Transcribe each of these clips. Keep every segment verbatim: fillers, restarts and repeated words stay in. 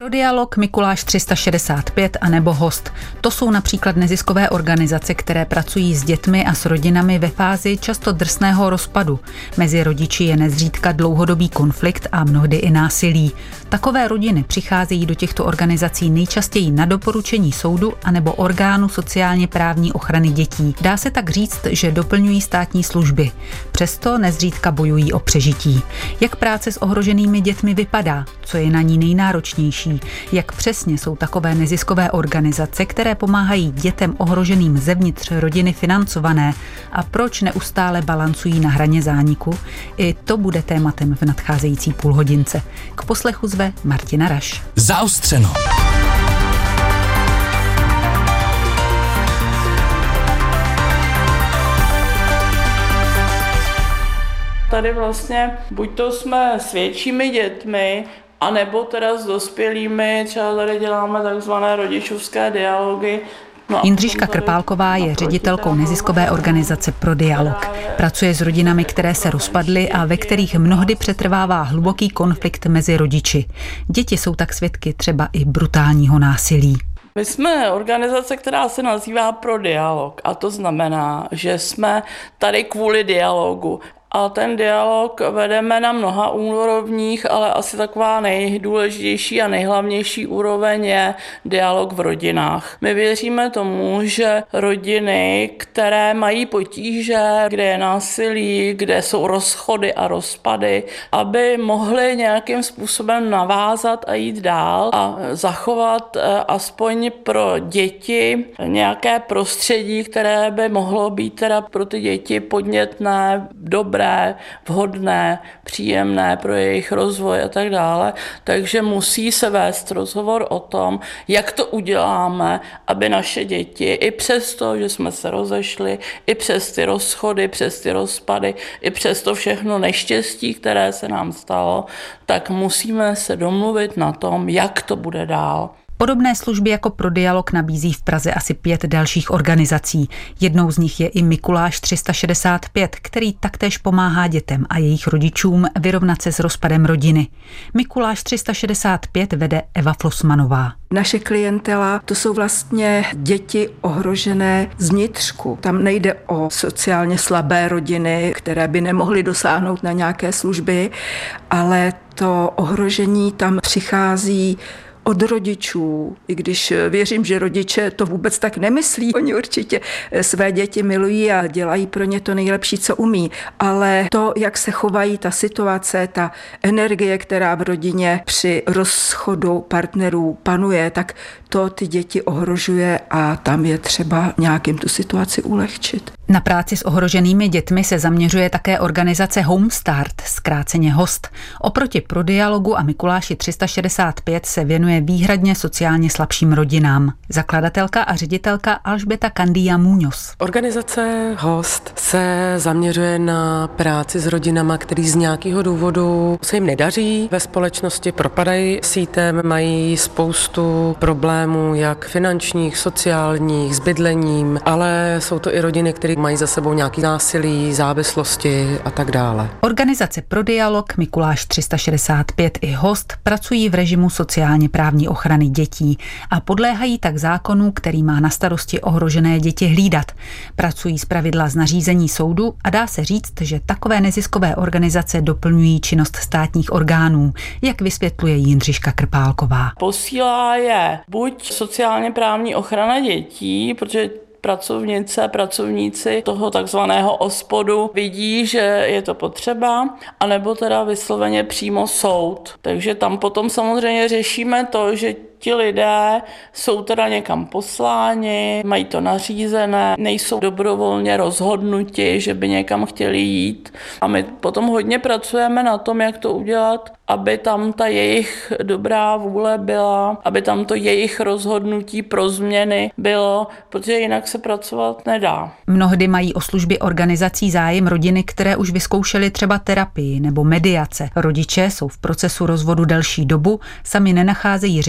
Pro dialog Mikuláš tři sta šedesát pět a nebo Host. To jsou například neziskové organizace, které pracují s dětmi a s rodinami ve fázi často drsného rozpadu. Mezi rodiči je nezřídka dlouhodobý konflikt a mnohdy i násilí. Takové rodiny přicházejí do těchto organizací nejčastěji na doporučení soudu anebo orgánu sociálně právní ochrany dětí. Dá se tak říct, že doplňují státní služby. Přesto nezřídka bojují o přežití. Jak práce s ohroženými dětmi vypadá? Co je na ní nejnáročnější? Jak přesně jsou takové neziskové organizace, které pomáhají dětem ohroženým zevnitř rodiny, financované a proč neustále balancují na hraně zániku? I to bude tématem v nadcházející půlhodince. K poslechu zve Martina Raš. Zaostřeno. Tady vlastně buď to jsme s většími dětmi, a nebo teda s dospělými, třeba tady děláme takzvané rodičovské dialogy. No Jindřiška Krpálková je ředitelkou neziskové organizace Pro dialog. Pracuje s rodinami, které se rozpadly a ve kterých mnohdy přetrvává hluboký konflikt mezi rodiči. Děti jsou tak svědky třeba i brutálního násilí. My jsme organizace, která se nazývá Pro dialog a to znamená, že jsme tady kvůli dialogu. A ten dialog vedeme na mnoha úrovních, ale asi taková nejdůležitější a nejhlavnější úroveň je dialog v rodinách. My věříme tomu, že rodiny, které mají potíže, kde je násilí, kde jsou rozchody a rozpady, aby mohly nějakým způsobem navázat a jít dál a zachovat aspoň pro děti nějaké prostředí, které by mohlo být teda pro ty děti podnětné, dobré, vhodné, příjemné pro jejich rozvoj a tak dále. Takže musí se vést rozhovor o tom, jak to uděláme, aby naše děti, i přes to, že jsme se rozešli, i přes ty rozchody, přes ty rozpady, i přes to všechno neštěstí, které se nám stalo, tak musíme se domluvit na tom, jak to bude dál. Podobné služby jako Pro dialog nabízí v Praze asi pět dalších organizací. Jednou z nich je i Mikuláš tři sta šedesát pět, který taktéž pomáhá dětem a jejich rodičům vyrovnat se s rozpadem rodiny. Mikuláš tři sta šedesát pět vede Eva Flosmanová. Naše klientela, to jsou vlastně děti ohrožené zvnitřku. Tam nejde o sociálně slabé rodiny, které by nemohly dosáhnout na nějaké služby, ale to ohrožení tam přichází od rodičů, i když věřím, že rodiče to vůbec tak nemyslí. Oni určitě své děti milují a dělají pro ně to nejlepší, co umí. Ale to, jak se chovají, ta situace, ta energie, která v rodině při rozchodu partnerů panuje, tak to ty děti ohrožuje a tam je třeba nějakým tu situaci ulehčit. Na práci s ohroženými dětmi se zaměřuje také organizace Home Start, zkráceně Host. Oproti Pro dialogu a Mikuláši tři sta šedesát pět se věnuje výhradně sociálně slabším rodinám. Zakladatelka a ředitelka Alžběta Candia Muñoz. Organizace Host se zaměřuje na práci s rodinama, který z nějakého důvodu se jim nedaří ve společnosti, propadají sítem, mají spoustu problémů, jak finančních, sociálních, s bydlením, ale jsou to i rodiny, které mají za sebou nějaký násilí, závislosti a tak dále. Organizace Pro dialog, Mikuláš tři sta šedesát pět i Host pracují v režimu sociálně právní ochrany dětí a podléhají tak zákonu, který má na starosti ohrožené děti hlídat. Pracují zpravidla z nařízení soudu a dá se říct, že takové neziskové organizace doplňují činnost státních orgánů, jak vysvětluje Jindřiška Krpálková. Posílá je buď sociálně právní ochrana dětí, protože pracovnice, pracovníci toho takzvaného ospodu vidí, že je to potřeba, anebo teda vysloveně přímo soud. Takže tam potom samozřejmě řešíme to, že ti lidé jsou teda někam posláni, mají to nařízené, nejsou dobrovolně rozhodnuti, že by někam chtěli jít. A my potom hodně pracujeme na tom, jak to udělat, aby tam ta jejich dobrá vůle byla, aby tam to jejich rozhodnutí pro změny bylo, protože jinak se pracovat nedá. Mnohdy mají o služby organizací zájem rodiny, které už vyzkoušely třeba terapii nebo mediace. Rodiče jsou v procesu rozvodu delší dobu, sami nenacházejí řešení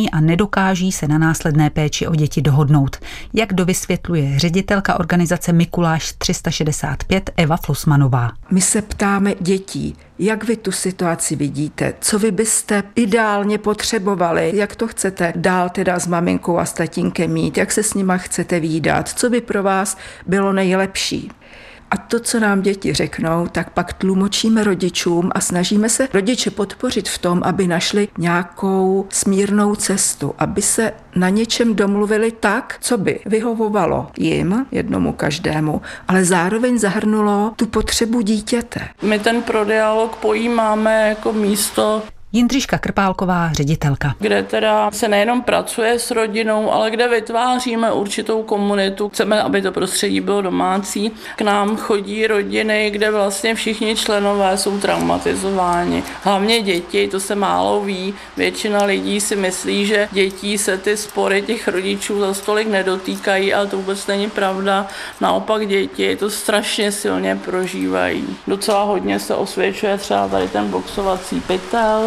neumí a nedokáží se na následné péči o děti dohodnout, jak dovysvětluje ředitelka organizace Mikuláš tři sta šedesát pět Eva Flosmanová. My se ptáme dětí, jak vy tu situaci vidíte, co vy byste ideálně potřebovali, jak to chcete dál teda s maminkou a s tatínkem mít, jak se s nima chcete vídat, co by pro vás bylo nejlepší. A to, co nám děti řeknou, tak pak tlumočíme rodičům a snažíme se rodiče podpořit v tom, aby našli nějakou smírnou cestu, aby se na něčem domluvili tak, co by vyhovovalo jim, jednomu každému, ale zároveň zahrnulo tu potřebu dítěte. My ten prodialog pojímáme jako místo, Jindřiška Krpálková, ředitelka. Kde teda se nejenom pracuje s rodinou, ale kde vytváříme určitou komunitu. Chceme, aby to prostředí bylo domácí. K nám chodí rodiny, kde vlastně všichni členové jsou traumatizováni. Hlavně děti, to se málo ví. Většina lidí si myslí, že dětí se ty spory těch rodičů za stolik nedotýkají, ale to vůbec není pravda. Naopak děti to strašně silně prožívají. Docela hodně se osvědčuje třeba tady ten boxovací pytel.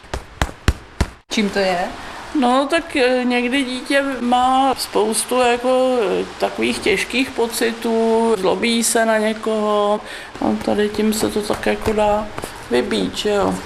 Čím to je? No, tak někdy dítě má spoustu jako takových těžkých pocitů, zlobí se na někoho a tady tím se to tak jako dá vybít, že jo.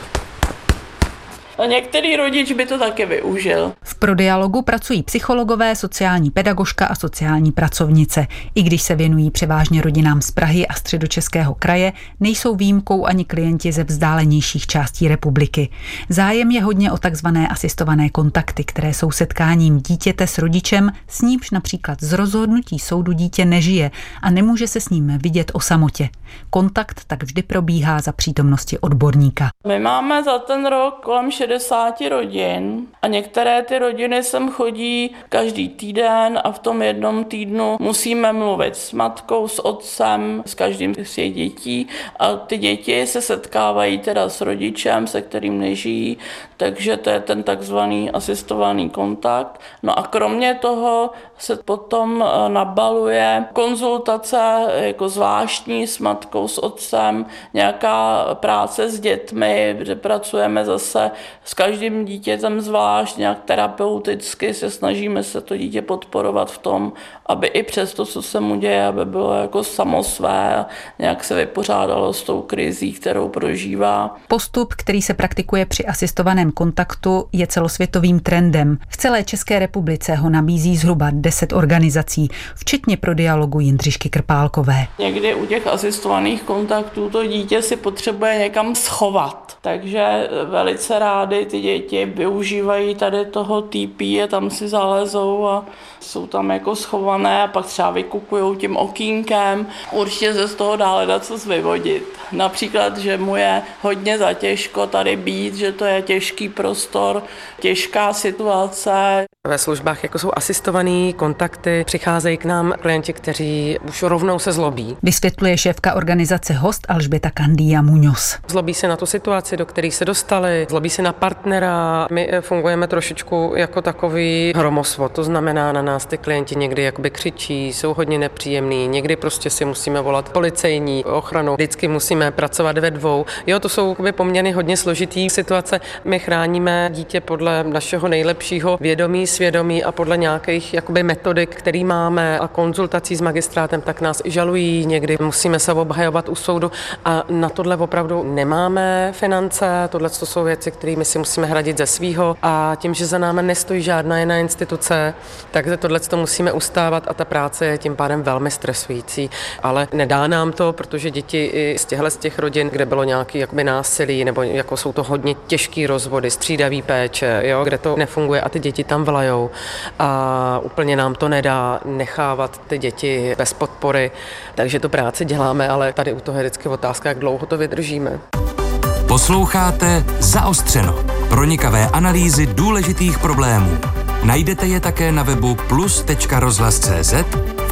A některý rodič by to taky využil. V Prodialogu pracují psychologové, sociální pedagožka a sociální pracovnice. I když se věnují převážně rodinám z Prahy a Středočeského kraje, nejsou výjimkou ani klienti ze vzdálenějších částí republiky. Zájem je hodně o takzvané asistované kontakty, které jsou setkáním dítěte s rodičem, s nímž například z rozhodnutí soudu dítě nežije a nemůže se s ním vidět o samotě. Kontakt tak vždy probíhá za přítomnosti odborníka. My máme za ten rok kolem šedesát rodin a některé ty rodiny sem chodí každý týden a v tom jednom týdnu musíme mluvit s matkou, s otcem, s každým z těch dětí a ty děti se setkávají teda s rodičem, se kterým nežijí, takže to je ten takzvaný asistovaný kontakt. No a kromě toho se potom nabaluje konzultace jako zvláštní s matkou, s otcem, nějaká práce s dětmi, kde pracujeme zase s každým dítětem zvlášť, nějak terapeuticky se snažíme se to dítě podporovat v tom, aby i přes to, co se mu děje, aby bylo jako samosvé a nějak se vypořádalo s tou krizí, kterou prožívá. Postup, který se praktikuje při asistovaném kontaktu, je celosvětovým trendem. V celé České republice ho nabízí zhruba deset organizací, včetně Prodialogu Jindřišky Krpálkové. Někdy u těch asistovaných kontaktů to dítě si potřebuje někam schovat, takže velice rády ty děti využívají tady toho T P a tam si zalezou a jsou tam jako schované a pak třeba vykukujou tím okýnkem. Určitě se z toho dále dá co vyvodit. Například, že mu je hodně zatěžko tady být, že to je těžký prostor, těžká situace. Ve službách, jako jsou asistované kontakty, přicházejí k nám klienti, kteří už rovnou se zlobí. Vysvětluje šéfka organizace Host Alžběta Candia Muñoz. Zlobí se na tu situaci, do které se dostali, zlobí se na partnera. My fungujeme trošičku jako takový hromosvod, to znamená, na nás ty klienti někdy jakoby křičí, jsou hodně nepříjemný, někdy prostě si musíme volat policejní ochranu, vždycky musíme pracovat ve dvou. Jo, to jsou poměrně hodně složitý situace. My chráníme dítě podle našeho nejlepšího vědomí, svědomí a podle nějakých jakoby metodik, který máme a konzultací s magistrátem, tak nás i žalují, někdy musíme se obhajovat u soudu a na tohle opravdu nemáme finance, tohle to jsou věci, které my si musíme hradit ze svýho a tím, že za námi nestojí žádná jiná instituce, takže tohle to musíme ustávat a ta práce je tím pádem velmi stresující, ale nedá nám to, protože děti i z těchto z těch rodin, kde bylo nějaké jakoby násilí nebo jako jsou to hodně těžký rozvody, střídavý péče, jo, kde to nefunguje a ty děti tam vlajou a úplně nám to nedá nechávat ty děti bez podpory, takže tu práci děláme, ale tady u toho je vždycky otázka, jak dlouho to vydržíme. Posloucháte Zaostřeno. Pronikavé analýzy důležitých problémů. Najdete je také na webu plus tečka rozhlas tečka cé zet, v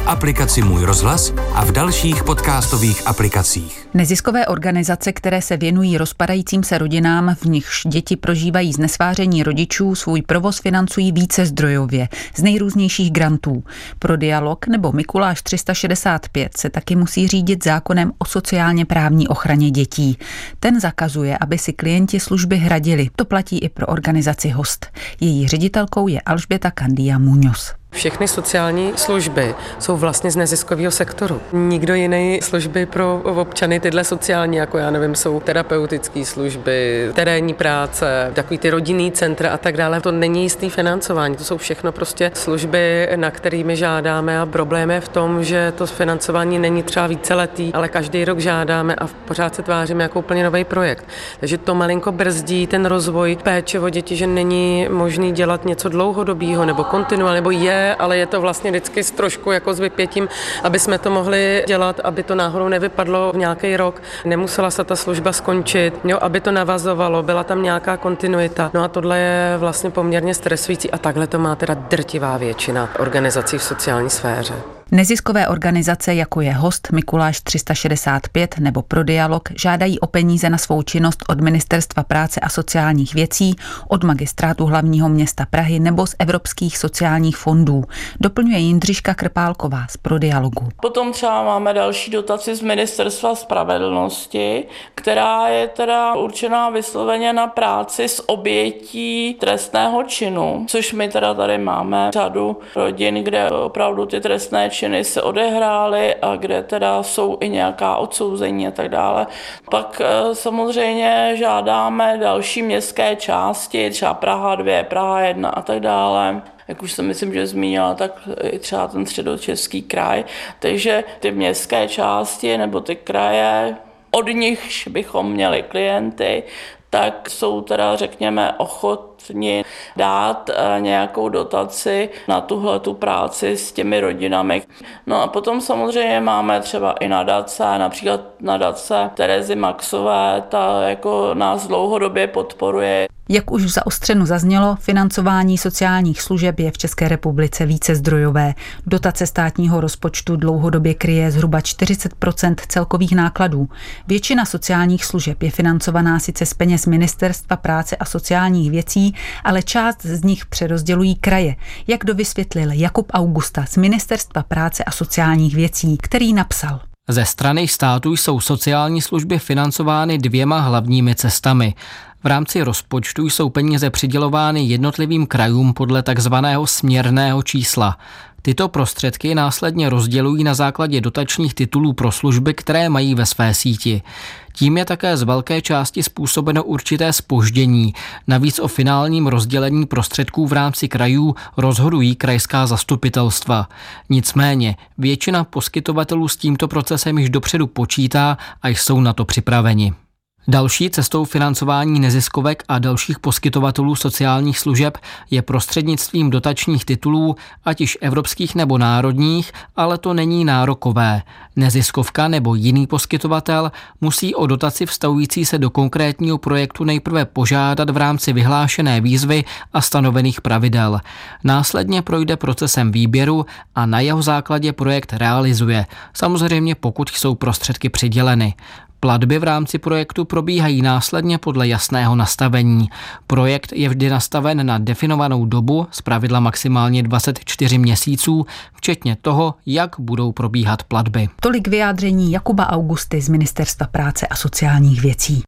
aplikaci Můj rozhlas a v dalších podcastových aplikacích. Neziskové organizace, které se věnují rozpadajícím se rodinám, v nichž děti prožívají znesváření rodičů, svůj provoz financují více zdrojově, z nejrůznějších grantů. Pro Dialog nebo Mikuláš tři sta šedesát pět se taky musí řídit zákonem o sociálně právní ochraně dětí. Ten zakazuje, aby si klienti služby hradili. To platí i pro organizaci Host. Její ředitelkou je Alžběta Candia Muñoz. Všechny sociální služby jsou vlastně z neziskového sektoru. Nikdo jiný služby pro občany tyhle sociální, jako já nevím, jsou terapeutické služby, terénní práce, takový ty rodinný centra a tak dále. To není jistý financování, to jsou všechno prostě služby, na kterými žádáme a problém je v tom, že to financování není třeba víceletý, ale každý rok žádáme a pořád se tváříme jako úplně nový projekt. Takže to malinko brzdí ten rozvoj péče o děti, že není možný dělat něco dlouhodobého nebo kontinuálně, nebo je, ale je to vlastně vždycky s trošku jako s vypětím, aby jsme to mohli dělat, aby to náhodou nevypadlo v nějaký rok. Nemusela se ta služba skončit, jo, aby to navazovalo, byla tam nějaká kontinuita. No a tohle je vlastně poměrně stresující a takhle to má teda drtivá většina organizací v sociální sféře. Neziskové organizace, jako je Host, Mikuláš tři sta šedesát pět nebo Pro Dialog, žádají o peníze na svou činnost od Ministerstva práce a sociálních věcí, od Magistrátu hlavního města Prahy nebo z evropských sociálních fondů. Doplňuje Jindřiška Krpálková z Pro Dialogu. Potom třeba máme další dotaci z Ministerstva spravedlnosti, která je teda určená vysloveně na práci s obětí trestného činu, což my teda tady máme řadu rodin, kde opravdu ty trestné činy se odehrály a kde teda jsou i nějaká odsouzení a tak dále. Pak samozřejmě žádáme další městské části, třeba Praha dva, Praha jedna a tak dále. Jak už jsem myslím, že zmínila, tak i třeba ten Středočeský kraj. Takže ty městské části nebo ty kraje, od nichž bychom měli klienty, tak jsou teda, řekněme, ochotni dát nějakou dotaci na tuhle tu práci s těmi rodinami. No a potom samozřejmě máme třeba i nadace, například nadace Terezy Maxové, ta jako nás dlouhodobě podporuje. Jak už v Zaostřenu zaznělo, financování sociálních služeb je v České republice více zdrojové. Dotace státního rozpočtu dlouhodobě kryje zhruba čtyřicet procent celkových nákladů. Většina sociálních služeb je financovaná sice z peněz Ministerstva práce a sociálních věcí, ale část z nich přerozdělují kraje, jak dovysvětlil Jakub Augusta z Ministerstva práce a sociálních věcí, který napsal. Ze strany státu jsou sociální služby financovány dvěma hlavními cestami. V rámci rozpočtu jsou peníze přidělovány jednotlivým krajům podle takzvaného směrného čísla. Tyto prostředky následně rozdělují na základě dotačních titulů pro služby, které mají ve své síti. Tím je také z velké části způsobeno určité zpoždění. Navíc o finálním rozdělení prostředků v rámci krajů rozhodují krajská zastupitelstva. Nicméně většina poskytovatelů s tímto procesem již dopředu počítá a jsou na to připraveni. Další cestou financování neziskovek a dalších poskytovatelů sociálních služeb je prostřednictvím dotačních titulů, ať již evropských nebo národních, ale to není nárokové. Neziskovka nebo jiný poskytovatel musí o dotaci vztahující se do konkrétního projektu nejprve požádat v rámci vyhlášené výzvy a stanovených pravidel. Následně projde procesem výběru a na jeho základě projekt realizuje, samozřejmě pokud jsou prostředky přiděleny. Platby v rámci projektu probíhají následně podle jasného nastavení. Projekt je vždy nastaven na definovanou dobu, zpravidla maximálně dvacet čtyři měsíců, včetně toho, jak budou probíhat platby. Tolik vyjádření Jakuba Augusty z Ministerstva práce a sociálních věcí.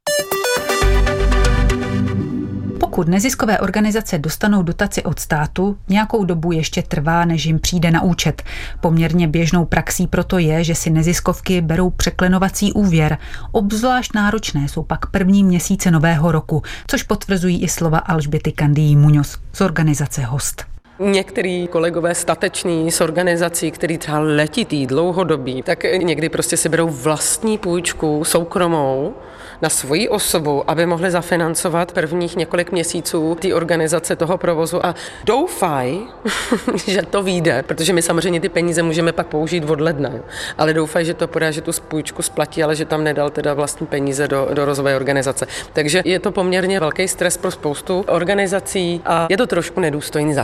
Pokud neziskové organizace dostanou dotaci od státu, nějakou dobu ještě trvá, než jim přijde na účet. Poměrně běžnou praxí proto je, že si neziskovky berou překlenovací úvěr. Obzvlášť náročné jsou pak první měsíce nového roku, což potvrzují i slova Alžběty Candii Muñoz z organizace Host. Některý kolegové stateční z organizací, který třeba letitý, dlouhodobý, tak někdy prostě si berou vlastní půjčku soukromou na svoji osobu, aby mohli zafinancovat prvních několik měsíců té organizace toho provozu a doufají, že to vyjde, protože my samozřejmě ty peníze můžeme pak použít od ledna, ale doufají, že to podá, že tu půjčku splatí, ale že tam nedal teda vlastní peníze do, do rozvoje organizace. Takže je to poměrně velký stres pro spoustu organizací a je to trošku nedůstojný zacházení.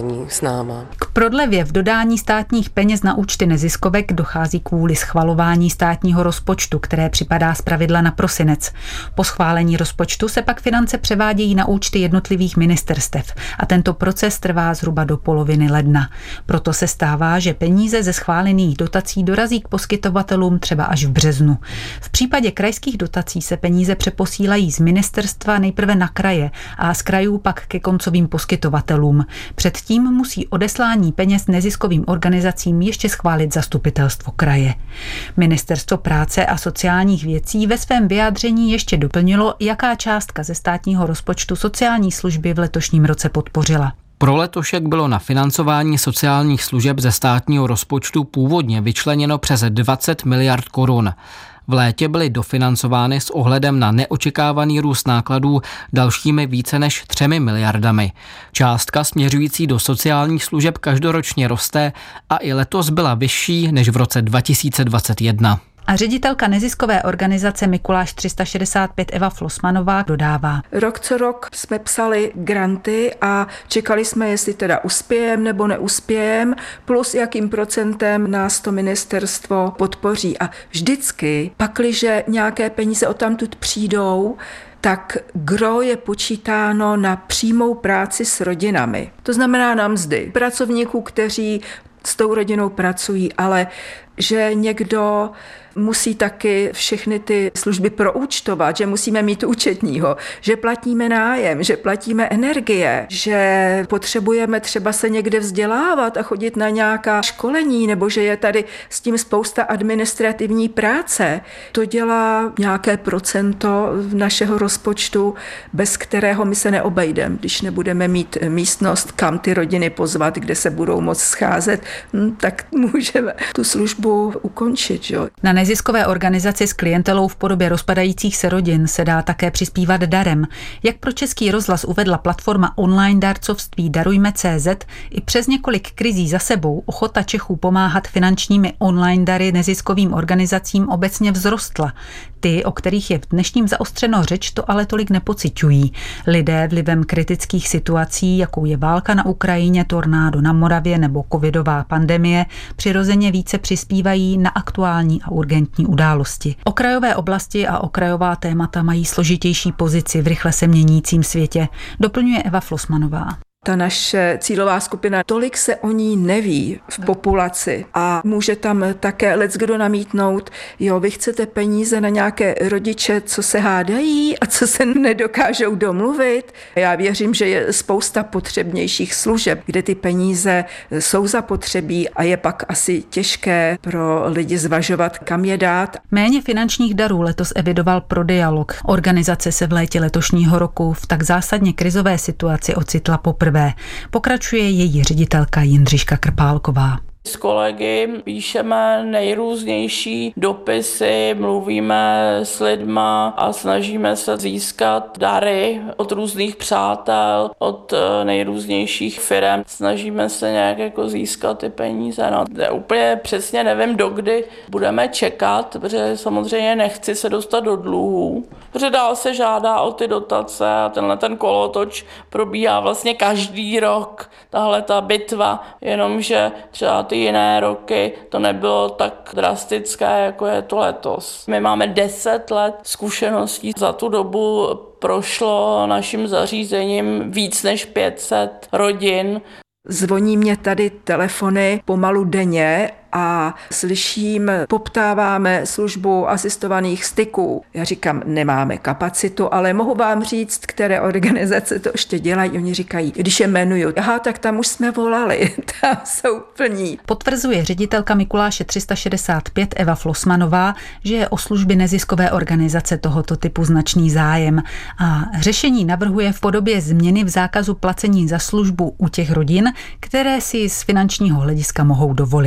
solidární s náma. K prodlevě v dodání státních peněz na účty neziskovek dochází kvůli schvalování státního rozpočtu, které připadá zpravidla na prosinec. Po schválení rozpočtu se pak finance převádějí na účty jednotlivých ministerstev a tento proces trvá zhruba do poloviny ledna. Proto se stává, že peníze ze schválených dotací dorazí k poskytovatelům třeba až v březnu. V případě krajských dotací se peníze přeposílají z ministerstva nejprve na kraje a z krajů pak ke koncovým poskytovatelům. Předtím musí odeslání peněz neziskovým organizacím ještě schválit zastupitelstvo kraje. Ministerstvo práce a sociálních věcí ve svém vyjádření ještě doplnilo, jaká částka ze státního rozpočtu sociální služby v letošním roce podpořila. Pro letošek bylo na financování sociálních služeb ze státního rozpočtu původně vyčleněno přes dvacet miliard korun. V létě byly dofinancovány s ohledem na neočekávaný růst nákladů dalšími více než třemi miliardami. Částka směřující do sociálních služeb každoročně roste a i letos byla vyšší než v roce dva tisíce dvacet jedna. A ředitelka neziskové organizace Mikuláš tři sta šedesát pět Eva Flosmanová dodává. Rok co rok jsme psali granty a čekali jsme, jestli teda uspějem nebo neuspějem, plus jakým procentem nás to ministerstvo podpoří. A vždycky, pakliže nějaké peníze odtamtud přijdou, tak gro je počítáno na přímou práci s rodinami. To znamená na mzdy pracovníků, kteří s tou rodinou pracují, ale že někdo musí taky všechny ty služby proúčtovat, že musíme mít účetního, že platíme nájem, že platíme energie, že potřebujeme třeba se někde vzdělávat a chodit na nějaká školení, nebo že je tady s tím spousta administrativní práce. To dělá nějaké procento našeho rozpočtu, bez kterého my se neobejdeme. Když nebudeme mít místnost, kam ty rodiny pozvat, kde se budou moct scházet, tak můžeme tu službu ukončit. Jo. Na neziskové organizaci s klientelou v podobě rozpadajících se rodin se dá také přispívat darem. Jak pro Český rozhlas uvedla platforma online dárcovství Darujme tečka cé zet, i přes několik krizí za sebou ochota Čechů pomáhat finančními online dary neziskovým organizacím obecně vzrostla. Ty, o kterých je v dnešním zaostřeno řeč, to ale tolik nepociťují. Lidé vlivem kritických situací, jakou je válka na Ukrajině, tornádo na Moravě nebo covidová pandemie, přirozeně více přispívají na aktuální a urgentní události. Okrajové oblasti a okrajová témata mají složitější pozici v rychle se měnícím světě, doplňuje Eva Flosmanová. Ta naše cílová skupina, tolik se o ní neví v populaci a může tam také leckdo namítnout, jo, vy chcete peníze na nějaké rodiče, co se hádají a co se nedokážou domluvit. Já věřím, že je spousta potřebnějších služeb, kde ty peníze jsou zapotřebí a je pak asi těžké pro lidi zvažovat, kam je dát. Méně finančních darů letos evidoval Pro Dialog. Organizace se v létě letošního roku v tak zásadně krizové situaci ocitla poprvé. Pokračuje její ředitelka Jindřiška Krpálková. S kolegy píšeme nejrůznější dopisy, mluvíme s lidma a snažíme se získat dary od různých přátel, od nejrůznějších firem. Snažíme se nějak jako získat ty peníze. No, úplně přesně nevím, dokdy budeme čekat, protože samozřejmě nechci se dostat do dluhů. Protože dál se žádá o ty dotace a tenhle ten kolotoč probíhá vlastně každý rok, tahle ta bitva, jenomže třeba ty jiné roky to nebylo tak drastické, jako je to letos. My máme deset let zkušeností. Za tu dobu prošlo naším zařízením víc než pět set rodin. Zvoní mě tady telefony pomalu denně a slyším, poptáváme službu asistovaných styků. Já říkám, nemáme kapacitu, ale mohu vám říct, které organizace to ještě dělají. Oni říkají, když je jmenuju, aha, tak tam už jsme volali, tam jsou plní. Potvrzuje ředitelka Mikuláše tři sta šedesát pět Eva Flosmanová, že je o služby neziskové organizace tohoto typu značný zájem a řešení navrhuje v podobě změny v zákazu placení za službu u těch rodin, které si z finančního hlediska mohou dovolit. Dělá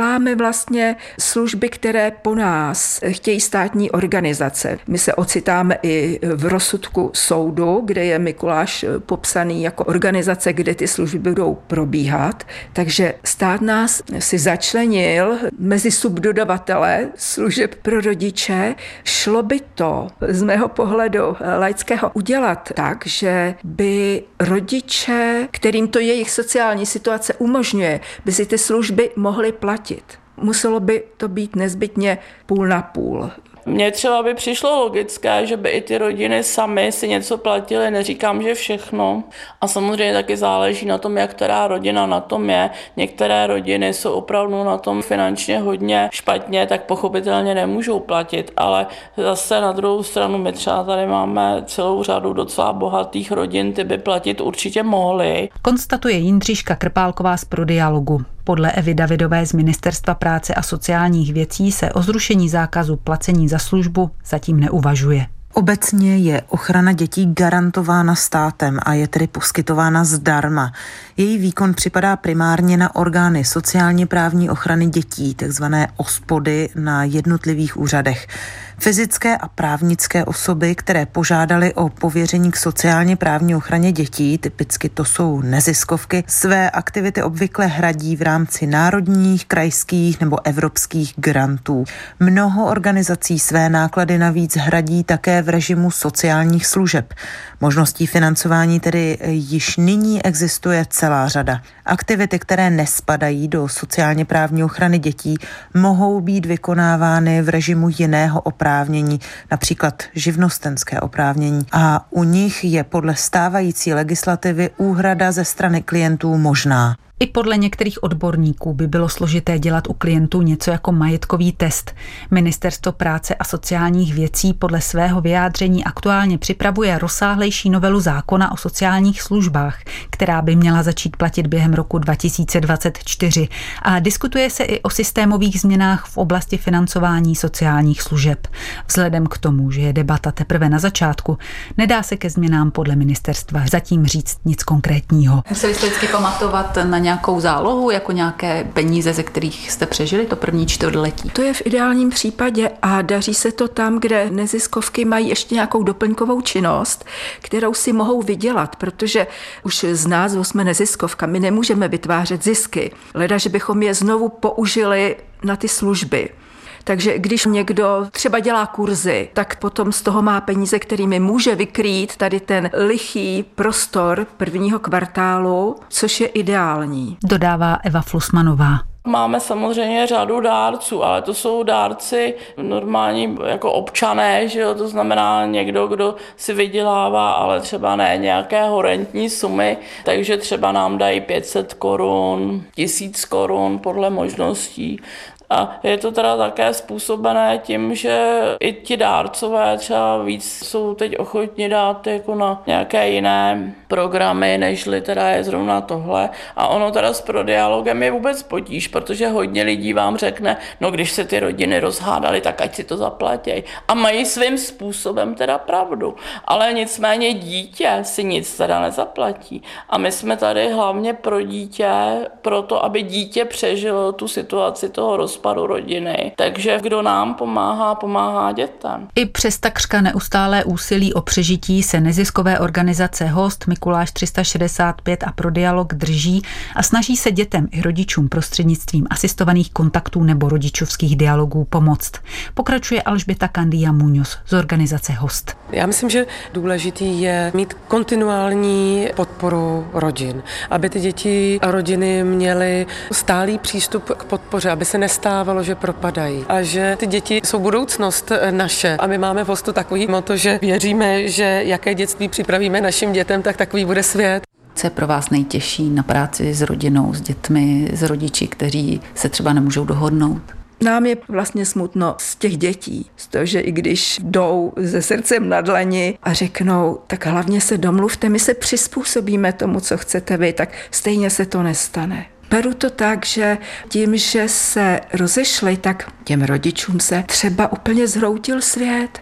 děláme vlastně služby, které po nás chtějí státní organizace. My se ocitáme i v rozsudku soudu, kde je Mikuláš popsaný jako organizace, kde ty služby budou probíhat. Takže stát nás si začlenil mezi subdodavatele služeb pro rodiče. Šlo by to z mého pohledu laického udělat tak, že by rodiče, kterým to jejich sociální situace umožňuje, by si ty služby mohly platit. Muselo by to být nezbytně půl na půl. Mně třeba by přišlo logické, že by i ty rodiny samy si něco platily, neříkám, že všechno. A samozřejmě taky záleží na tom, jak která rodina na tom je. Některé rodiny jsou opravdu na tom finančně hodně špatně, tak pochopitelně nemůžou platit, ale zase na druhou stranu my třeba tady máme celou řadu docela bohatých rodin, ty by platit určitě mohly. Konstatuje Jindřiška Krpálková z Prodialogu. Podle Evy Davidové z Ministerstva práce a sociálních věcí se o zrušení zákazu placení za službu zatím neuvažuje. Obecně je ochrana dětí garantována státem a je tedy poskytována zdarma. Její výkon připadá primárně na orgány sociálně právní ochrany dětí, takzvané OSPODy na jednotlivých úřadech. Fyzické a právnické osoby, které požádaly o pověření k sociálně právní ochraně dětí, typicky to jsou neziskovky, své aktivity obvykle hradí v rámci národních, krajských nebo evropských grantů. Mnoho organizací své náklady navíc hradí také v režimu sociálních služeb. Možností financování tedy již nyní existuje celá řada. Aktivity, které nespadají do sociálně právní ochrany dětí, mohou být vykonávány v režimu jiného oprávnění, například živnostenské oprávnění. A u nich je podle stávající legislativy úhrada ze strany klientů možná. I podle některých odborníků by bylo složité dělat u klientů něco jako majetkový test. Ministerstvo práce a sociálních věcí podle svého vyjádření aktuálně připravuje rozsáhlejší novelu zákona o sociálních službách, která by měla začít platit během roku dva tisíce dvacet čtyři. A diskutuje se i o systémových změnách v oblasti financování sociálních služeb. Vzhledem k tomu, že je debata teprve na začátku, nedá se ke změnám podle ministerstva zatím říct nic konkrétního. Museli jste vždycky pamatovat na nějakou zálohu, jako nějaké peníze, ze kterých jste přežili to první čtvrtletí? To je v ideálním případě a daří se to tam, kde neziskovky mají ještě nějakou doplňkovou činnost, kterou si mohou vydělat, protože už z názvu jsme neziskovka, my nemůžeme vytvářet zisky, leda, že bychom je znovu použili na ty služby. Takže když někdo třeba dělá kurzy, tak potom z toho má peníze, kterými může vykrýt tady ten lichý prostor prvního kvartálu, což je ideální. Dodává Eva Flusmanová. Máme samozřejmě řadu dárců, ale to jsou dárci normální jako občané, že jo? To znamená někdo, kdo si vydělává, ale třeba ne nějaké horentní sumy, takže třeba nám dají pět set korun, tisíc korun podle možností. A je to teda také způsobené tím, že i ti dárcové třeba víc jsou teď ochotni dát jako na nějaké jiné programy, nežli teda je zrovna tohle. A ono teda s Prodialogem je vůbec potíž, protože hodně lidí vám řekne, no když se ty rodiny rozhádaly, tak ať si to zaplatěj. A mají svým způsobem teda pravdu. Ale nicméně dítě si nic teda nezaplatí. A my jsme tady hlavně pro dítě, proto aby dítě přežilo tu situaci toho rozpadu rodiny. Takže kdo nám pomáhá, pomáhá dětem. I přes takřka neustálé úsilí o přežití se neziskové organizace Host, Mikuláš tři sta šedesát pět a Prodialog drží a snaží se dětem i rodičům prostřednictvím asistovaných kontaktů nebo rodičovských dialogů pomoct. Pokračuje Alžběta Candia Muñoz z organizace Host. Já myslím, že důležitý je mít kontinuální podporu rodin, aby ty děti a rodiny měly stálý přístup k podpoře, aby se nestávalo, že propadají a že ty děti jsou budoucnost naše. A my máme v Hostu takový motto, že věříme, že jaké dětství připravíme našim dětem, tak takový bude svět. Co je pro vás nejtěžší na práci s rodinou, s dětmi, s rodiči, kteří se třeba nemůžou dohodnout? Nám je vlastně smutno z těch dětí, z toho, že i když jdou se srdcem na dlani a řeknou, tak hlavně se domluvte, my se přizpůsobíme tomu, co chcete vy, tak stejně se to nestane. Beru to tak, že tím, že se rozešli, tak těm rodičům se třeba úplně zhroutil svět.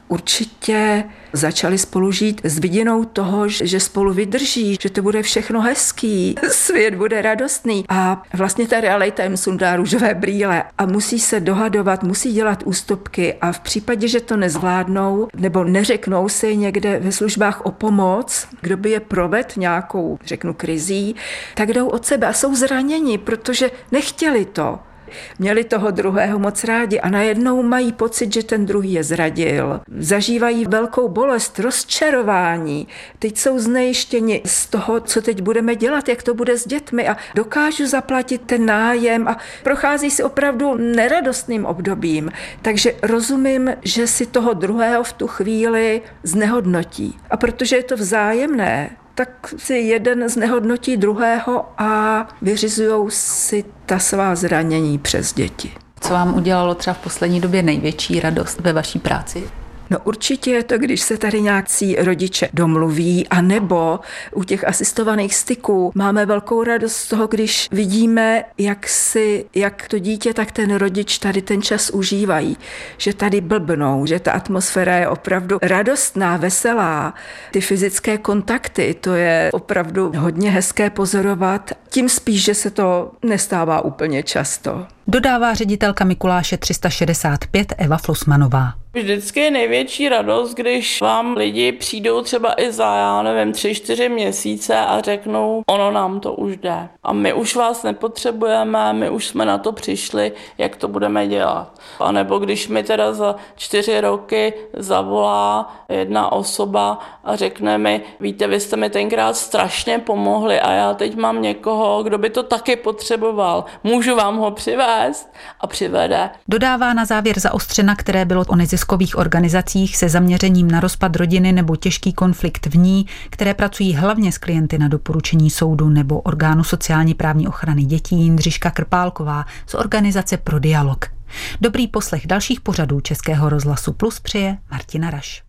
určitě začali spolu žít s vidinou toho, že spolu vydrží, že to bude všechno hezký, svět bude radostný. A vlastně ta realita jim sundá růžové brýle a musí se dohadovat, musí dělat ústupky a v případě, že to nezvládnou nebo neřeknou si někde ve službách o pomoc, kdo by je proved nějakou, řeknu, krizí, tak jdou od sebe a jsou zraněni, protože nechtěli to. Měli toho druhého moc rádi a najednou mají pocit, že ten druhý je zradil. Zažívají velkou bolest, rozčarování. Teď jsou znejištěni z toho, co teď budeme dělat, jak to bude s dětmi a dokážu zaplatit ten nájem a prochází si opravdu neradostným obdobím. Takže rozumím, že si toho druhého v tu chvíli znehodnotí. A protože je to vzájemné, tak si jeden znehodnotí druhého a vyřizujou si ta svá zranění přes děti. Co vám udělalo třeba v poslední době největší radost ve vaší práci? No určitě je to, když se tady nějakcí rodiče domluví, anebo u těch asistovaných styků máme velkou radost z toho, když vidíme, jak si, jak to dítě, tak ten rodič tady ten čas užívají, že tady blbnou, že ta atmosféra je opravdu radostná, veselá. Ty fyzické kontakty, to je opravdu hodně hezké pozorovat, tím spíš, že se to nestává úplně často. Dodává ředitelka Mikuláše tři sta šedesát pět Eva Flusmanová. Vždycky je největší radost, když vám lidi přijdou třeba i za, já nevím, tři, čtyři měsíce a řeknou, ono nám to už jde. A my už vás nepotřebujeme, my už jsme na to přišli, jak to budeme dělat. A nebo když mi teda za čtyři roky zavolá jedna osoba a řekne mi, víte, vy jste mi tenkrát strašně pomohli a já teď mám někoho, kdo by to taky potřeboval. Můžu vám ho přivést? A přivede. Dodává na závěr zaostřena, které bylo o neziskových organizacích se zaměřením na rozpad rodiny nebo těžký konflikt v ní, které pracují hlavně s klienty na doporučení soudu nebo orgánu sociálně právní ochrany dětí, Jindřiška Krpálková z organizace Pro dialog. Dobrý poslech dalších pořadů Českého rozhlasu Plus přeje Martina Raš.